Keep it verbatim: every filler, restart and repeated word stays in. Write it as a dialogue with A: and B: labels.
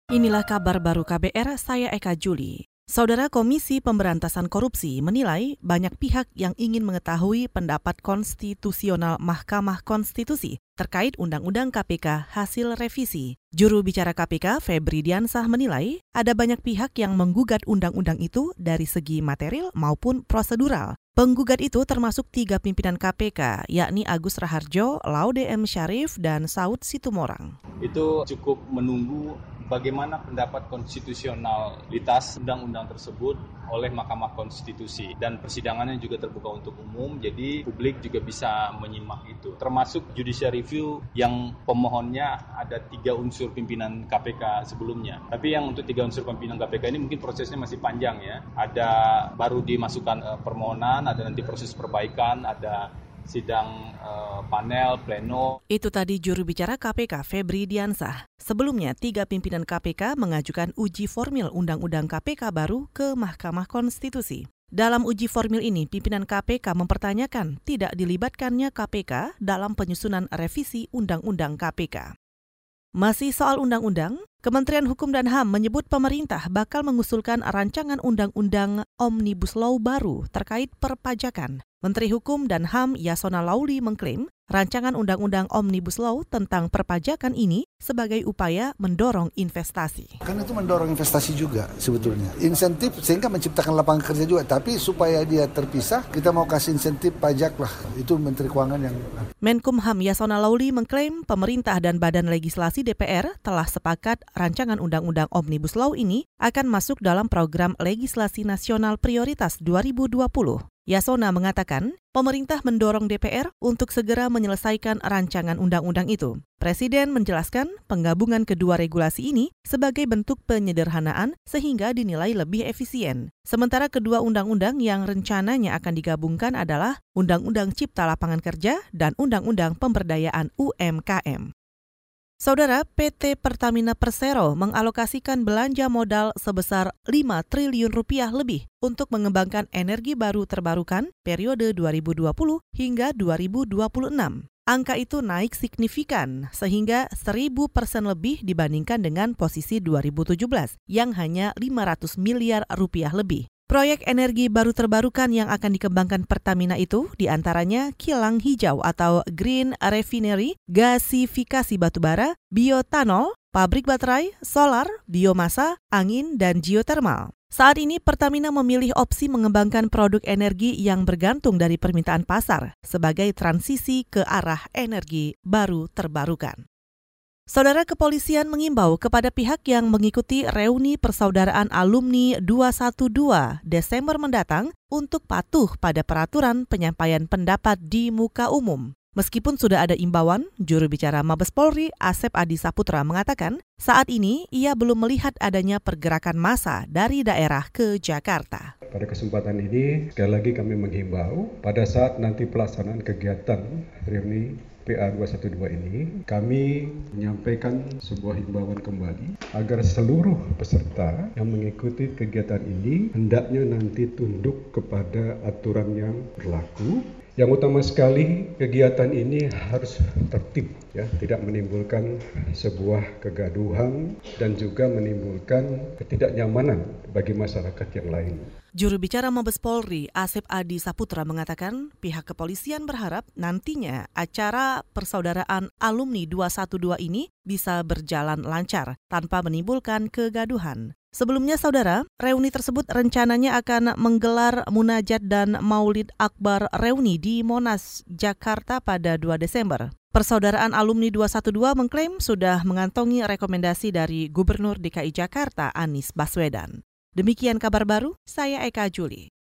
A: Inilah kabar baru K B R, saya Eka Juli. Saudara Komisi Pemberantasan Korupsi menilai banyak pihak yang ingin mengetahui pendapat konstitusional Mahkamah Konstitusi terkait Undang-Undang K P K hasil revisi. Juru bicara K P K, Febri Diansah, menilai ada banyak pihak yang menggugat undang-undang itu dari segi material maupun prosedural. Penggugat itu termasuk tiga pimpinan K P K, yakni Agus Raharjo, Laude M. Syarif, dan Saud Situmorang.
B: Itu cukup menunggu bagaimana pendapat konstitusionalitas undang-undang tersebut oleh Mahkamah Konstitusi. Dan persidangannya juga terbuka untuk umum, jadi publik juga bisa menyimak itu. Termasuk judicial review yang pemohonnya ada tiga unsur pimpinan K P K sebelumnya. Tapi yang untuk tiga unsur pimpinan K P K ini mungkin prosesnya masih panjang ya. Ada baru dimasukkan uh, permohonan, ada nanti proses perbaikan, ada sidang uh, panel, pleno.
A: Itu tadi juru bicara K P K, Febri Diansah. Sebelumnya, tiga pimpinan K P K mengajukan uji formil Undang-Undang K P K baru ke Mahkamah Konstitusi. Dalam uji formil ini, pimpinan K P K mempertanyakan tidak dilibatkannya K P K dalam penyusunan revisi Undang-Undang K P K. Masih soal undang-undang, Kementerian Hukum dan H A M menyebut pemerintah bakal mengusulkan rancangan undang-undang Omnibus Law baru terkait perpajakan. Menteri Hukum dan H A M Yasona Lauli mengklaim rancangan undang-undang Omnibus Law tentang perpajakan ini sebagai upaya mendorong investasi.
C: Karena itu mendorong investasi juga sebetulnya. Insentif sehingga menciptakan lapangan kerja juga. Tapi supaya dia terpisah, kita mau kasih insentif pajak lah. Itu Menteri Keuangan yang...
A: Menkumham Yasona Lauli mengklaim pemerintah dan Badan Legislasi D P R telah sepakat rancangan undang-undang Omnibus Law ini akan masuk dalam program legislasi nasional prioritas dua ribu dua puluh. Yasona mengatakan, pemerintah mendorong D P R untuk segera menyelesaikan rancangan undang-undang itu. Presiden menjelaskan penggabungan kedua regulasi ini sebagai bentuk penyederhanaan sehingga dinilai lebih efisien. Sementara kedua undang-undang yang rencananya akan digabungkan adalah Undang-Undang Cipta Lapangan Kerja dan Undang-Undang Pemberdayaan U M K M. Saudara, P T Pertamina Persero mengalokasikan belanja modal sebesar lima triliun rupiah lebih untuk mengembangkan energi baru terbarukan periode dua ribu dua puluh hingga dua ribu dua puluh enam. Angka itu naik signifikan sehingga seribu persen lebih dibandingkan dengan posisi dua ribu tujuh belas yang hanya lima ratus miliar rupiah lebih. Proyek energi baru terbarukan yang akan dikembangkan Pertamina itu diantaranya kilang hijau atau green refinery, gasifikasi batubara, biotanol, pabrik baterai, solar, biomasa, angin, dan geotermal. Saat ini Pertamina memilih opsi mengembangkan produk energi yang bergantung dari permintaan pasar sebagai transisi ke arah energi baru terbarukan. Saudara, kepolisian mengimbau kepada pihak yang mengikuti reuni persaudaraan alumni dua satu dua Desember mendatang untuk patuh pada peraturan penyampaian pendapat di muka umum. Meskipun sudah ada imbauan, juru bicara Mabes Polri Asep Adi Saputra mengatakan saat ini ia belum melihat adanya pergerakan massa dari daerah ke Jakarta.
D: Pada kesempatan ini, sekali lagi kami menghimbau pada saat nanti pelaksanaan kegiatan reuni P A dua satu dua ini, kami menyampaikan sebuah himbauan kembali agar seluruh peserta yang mengikuti kegiatan ini hendaknya nanti tunduk kepada aturan yang berlaku. Yang utama sekali, kegiatan ini harus tertib, ya, tidak menimbulkan sebuah kegaduhan dan juga menimbulkan ketidaknyamanan bagi masyarakat yang lain.
A: Juru bicara Mabes Polri Asep Adi Saputra mengatakan pihak kepolisian berharap nantinya acara persaudaraan alumni dua satu dua ini bisa berjalan lancar tanpa menimbulkan kegaduhan. Sebelumnya, saudara, reuni tersebut rencananya akan menggelar munajat dan maulid akbar reuni di Monas, Jakarta pada dua Desember. Persaudaraan alumni dua satu dua mengklaim sudah mengantongi rekomendasi dari Gubernur D K I Jakarta Anies Baswedan. Demikian kabar baru, saya Eka Juli.